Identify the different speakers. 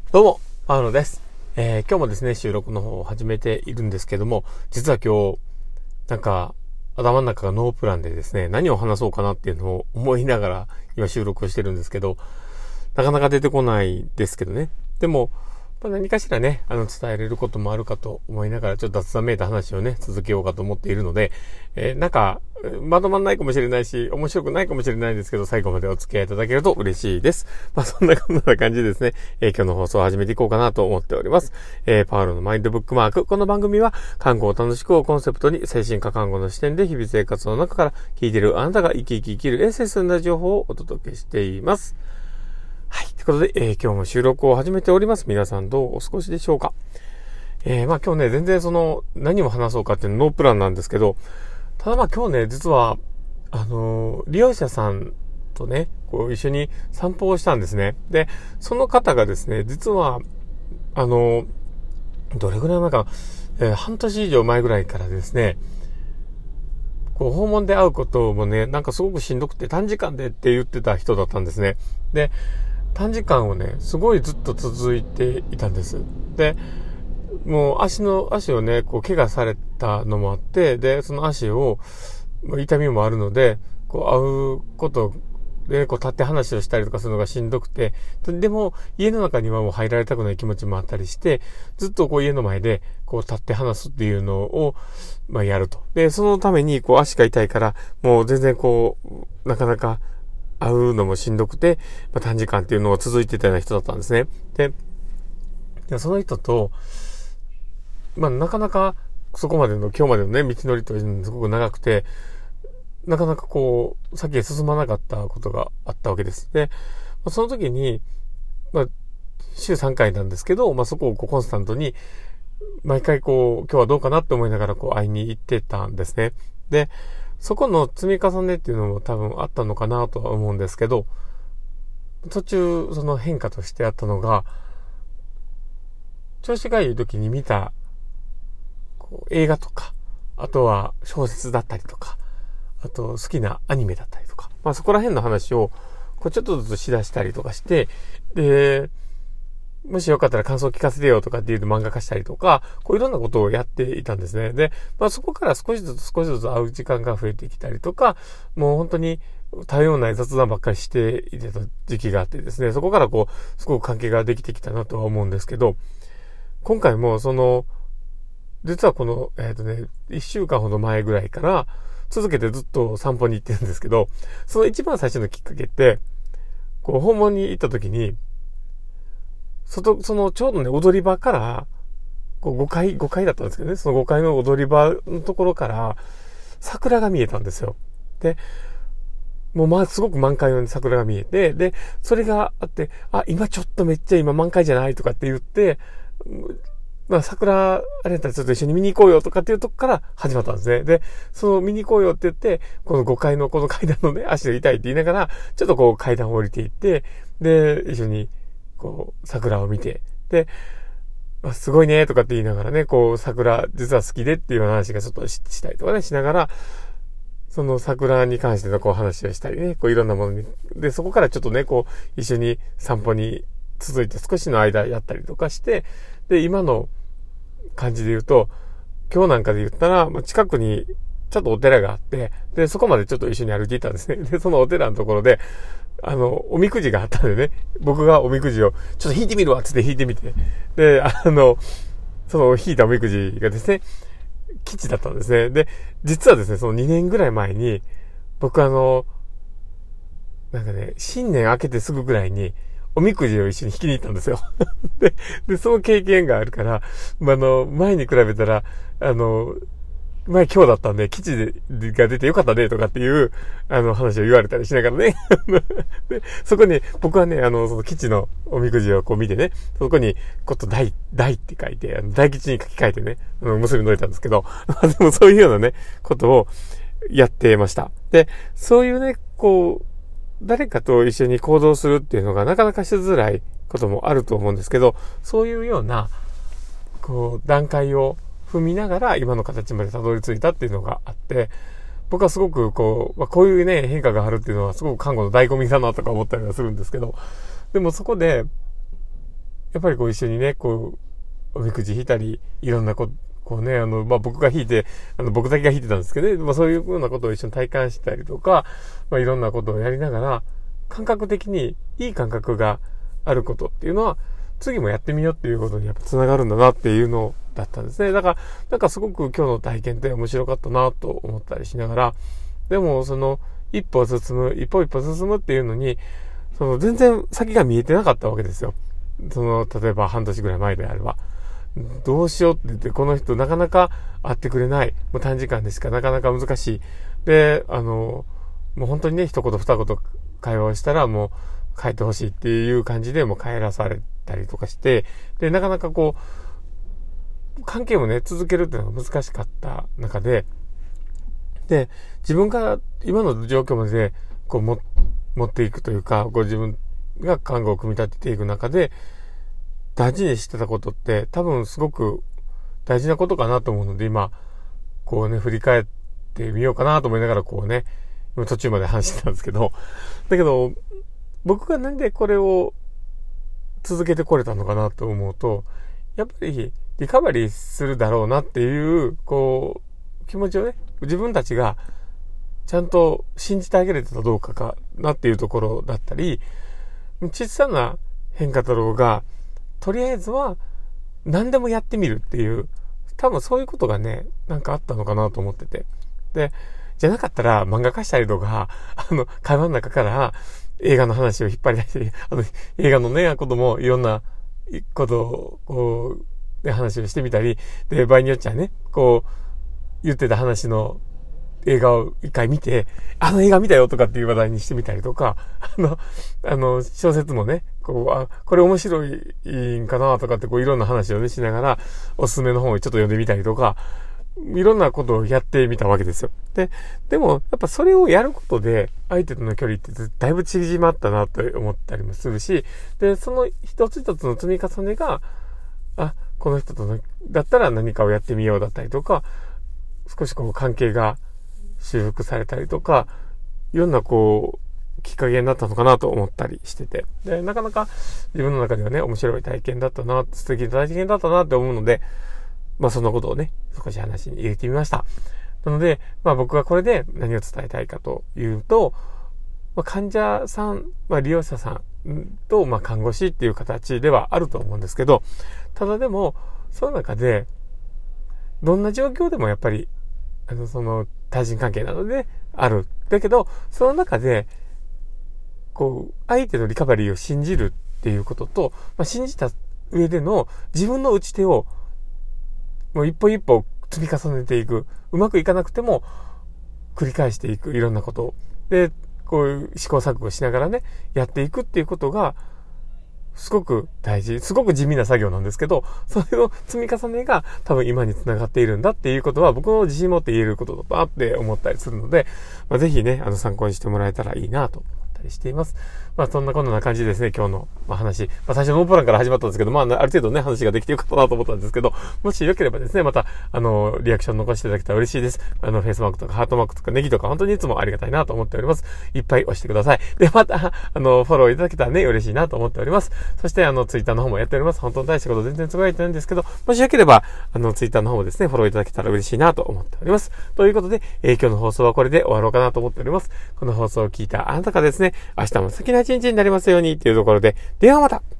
Speaker 1: どうも、パウロです。今日もですね、収録の方を始めているんですけども、実は今日、頭の中がノープランでですね、何を話そうかなっていうのを思いながら、今収録をしてるんですけど、なかなか出てこないですけどね。でも、何かしらね、伝えれることもあるかと思いながら、ちょっと雑談めいた話をね、続けようかと思っているので、まとまんないかもしれないし、面白くないかもしれないですけど、最後までお付き合いいただけると嬉しいです。そんなこんな感じでですね、今日の放送を始めていこうかなと思っております。パウロのマインドブックマーク。この番組は、看護を楽しくをコンセプトに、精神科看護の視点で日々生活の中から聞いているあなたが生きるエッセンスな情報をお届けしています。はい。ということで、今日も収録を始めております。皆さんどうお過ごしでしょうか。今日ね、全然何を話そうかっていうのノープランなんですけど、ただ今日ね、実は、利用者さんとね、一緒に散歩をしたんですね。で、その方がですね、実は、どれぐらい前かな、半年以上前ぐらいからですね、訪問で会うこともね、すごくしんどくて短時間でって言ってた人だったんですね。で、短時間をね、すごいずっと続いていたんです。で、もう足をね、怪我されたのもあって、で、その足を、痛みもあるので、会うことで、立って話をしたりとかするのがしんどくて、でも、家の中にはもう入られたくない気持ちもあったりして、ずっと家の前で、立って話すっていうのを、やると。で、そのために、足が痛いから、もう全然なかなか会うのもしんどくて、短時間っていうのが続いてたような人だったんですね。で、その人と、なかなか、そこまでの、今日までのね、道のりというのがすごく長くて、なかなか先へ進まなかったことがあったわけです。で、その時に、週3回なんですけど、そこをコンスタントに、毎回今日はどうかなって思いながら会いに行ってたんですね。で、そこの積み重ねっていうのも多分あったのかなとは思うんですけど、途中その変化としてあったのが、調子がいい時に見た映画とか、あとは小説だったりとか、あと好きなアニメだったりとか、そこら辺の話をちょっとずつしだしたりとかして、で、もしよかったら感想聞かせてよとかっていう漫画化したりとか、いろんなことをやっていたんですね。で、そこから少しずつ会う時間が増えてきたりとか、もう本当に多様な雑談ばっかりしていた時期があってですね、そこからすごく関係ができてきたなとは思うんですけど、今回も実は1週間ほど前ぐらいから、続けてずっと散歩に行ってるんですけど、その一番最初のきっかけって、訪問に行った時に、ちょうどね、踊り場から、5階だったんですけどね、その5階の踊り場のところから、桜が見えたんですよ。で、もうすごく満開の桜が見えて、で、それがあって、今ちょっとめっちゃ今満開じゃないとかって言って、桜、あれだったらちょっと一緒に見に行こうよとかっていうとこから始まったんですね。で、見に行こうよって言って、この5階のこの階段のね、足が痛いって言いながら、ちょっと階段を降りていって、で、一緒に、桜を見て、で、すごいねとかって言いながらね、桜、実は好きでっていう話がちょっとしたりとかね、しながら、その桜に関しての話をしたりね、いろんなものに、で、そこからちょっとね、一緒に散歩に続いて少しの間やったりとかして、で、今の感じで言うと、今日なんかで言ったら、近くにちょっとお寺があって、で、そこまでちょっと一緒に歩いていたんですね。で、そのお寺のところで、おみくじがあったんでね、僕がおみくじをちょっと引いてみるわって引いてみて、で、その引いたおみくじがですね、吉だったんですね。で、実はですね、その2年ぐらい前に、僕新年明けてすぐぐらいに、おみくじを一緒に引きに行ったんですよ。で、その経験があるから、前に比べたら、今日だったんで、吉が出てよかったね、とかっていう、話を言われたりしながらね。で、そこに、僕はね、その吉のおみくじを見てね、そこに、大って書いて、大吉に書き換えてね、結びのいたんですけど、でもそういうようなね、ことをやってました。で、そういうね、誰かと一緒に行動するっていうのがなかなかしづらいこともあると思うんですけど、そういうような、段階を踏みながら今の形までたどり着いたっていうのがあって、僕はすごくこういうね、変化があるっていうのはすごく看護の醍醐味だなとか思ったりはするんですけど、でもそこで、 やっぱりこう一緒にね、こう、おみくじ引いたり、いろんなこうね、僕が引いて、僕だけが引いてたんですけどね、そういうようなことを一緒に体感したりとか、いろんなことをやりながら、感覚的にいい感覚があることっていうのは、次もやってみようっていうことにやっぱ繋がるんだなっていうのだったんですね。だから、なんかすごく今日の体験って面白かったなと思ったりしながら、でも一歩一歩進むっていうのに、全然先が見えてなかったわけですよ。例えば半年ぐらい前であれば。どうしようって言って、この人なかなか会ってくれない。もう短時間でしかなかなか難しい。で、もう本当にね、一言二言会話をしたらもう帰ってほしいっていう感じでもう帰らされたりとかして、で、なかなかこう、関係もね、続けるっていうのが難しかった中で、で、自分が今の状況までこう持っていくというか、こう自分が看護を組み立てていく中で、大事にしてたことって多分すごく大事なことかなと思うので、今、こうね、振り返ってみようかなと思いながらこうね、今途中まで話してたんですけど、だけど、僕がなんでこれを続けてこれたのかなと思うと、やっぱりリカバリーするだろうなっていう、こう、気持ちをね、自分たちがちゃんと信じてあげれたかどうかなっていうところだったり、小さな変化だろうが、とりあえずは何でもやってみるっていう、多分そういうことがね、なんかあったのかなと思ってて。で、じゃなかったら漫画化したりとか、会話の中から映画の話を引っ張り出して、映画のね、こともいろんなことを、こう、で話をしてみたり、で、場合によっちゃね、こう、言ってた話の映画を一回見て、映画見たよとかっていう話題にしてみたりとか、小説もね、これ面白いんかなとかってこういろんな話をねしながら、おすすめの本をちょっと読んでみたりとか、いろんなことをやってみたわけですよ。でも、やっぱそれをやることで、相手との距離ってだいぶ縮まったなと思ったりもするし、で、その一つ一つの積み重ねが、この人とだったら何かをやってみようだったりとか、少しこう関係が修復されたりとか、いろんなこう、きっかけになったのかなと思ったりしてて。で、なかなか自分の中ではね、面白い体験だったな、素敵な体験だったなって思うので、そんなことをね、少し話に入れてみました。なので、僕がこれで何を伝えたいかというと、患者さん、利用者さんと、看護師っていう形ではあると思うんですけど、ただでも、その中で、どんな状況でもやっぱり、対人関係などである。だけど、その中で、こう、相手のリカバリーを信じるっていうことと、信じた上での自分の打ち手を、もう一歩一歩積み重ねていく。うまくいかなくても、繰り返していく。いろんなことを。で、こういう試行錯誤しながらね、やっていくっていうことが、すごく大事、すごく地味な作業なんですけど、それを積み重ねが多分今につながっているんだっていうことは僕の自信持って言えることだなって思ったりするので、ぜひね、参考にしてもらえたらいいなと思ったりしています。そんなこんな感じでですね、今日の話、最初ノープランから始まったんですけど、ある程度ね、話ができてよかったなと思ったんですけど、もしよければですね、また、リアクション残していただけたら嬉しいです。フェイスマークとかハートマークとかネギとか本当にいつもありがたいなと思っております。いっぱい押してください。で、また、フォローいただけたらね、嬉しいなと思っております。そして、ツイッターの方もやっております。本当に大したこと全然つぶやいてないんですけど、もしよければ、ツイッターの方もですね、フォローいただけたら嬉しいなと思っております。ということで、今日の放送はこれで終わろうかなと思っております。この放送を聞いたあなたがですね、明日も素敵な一日になりますようにというところで、ではまた。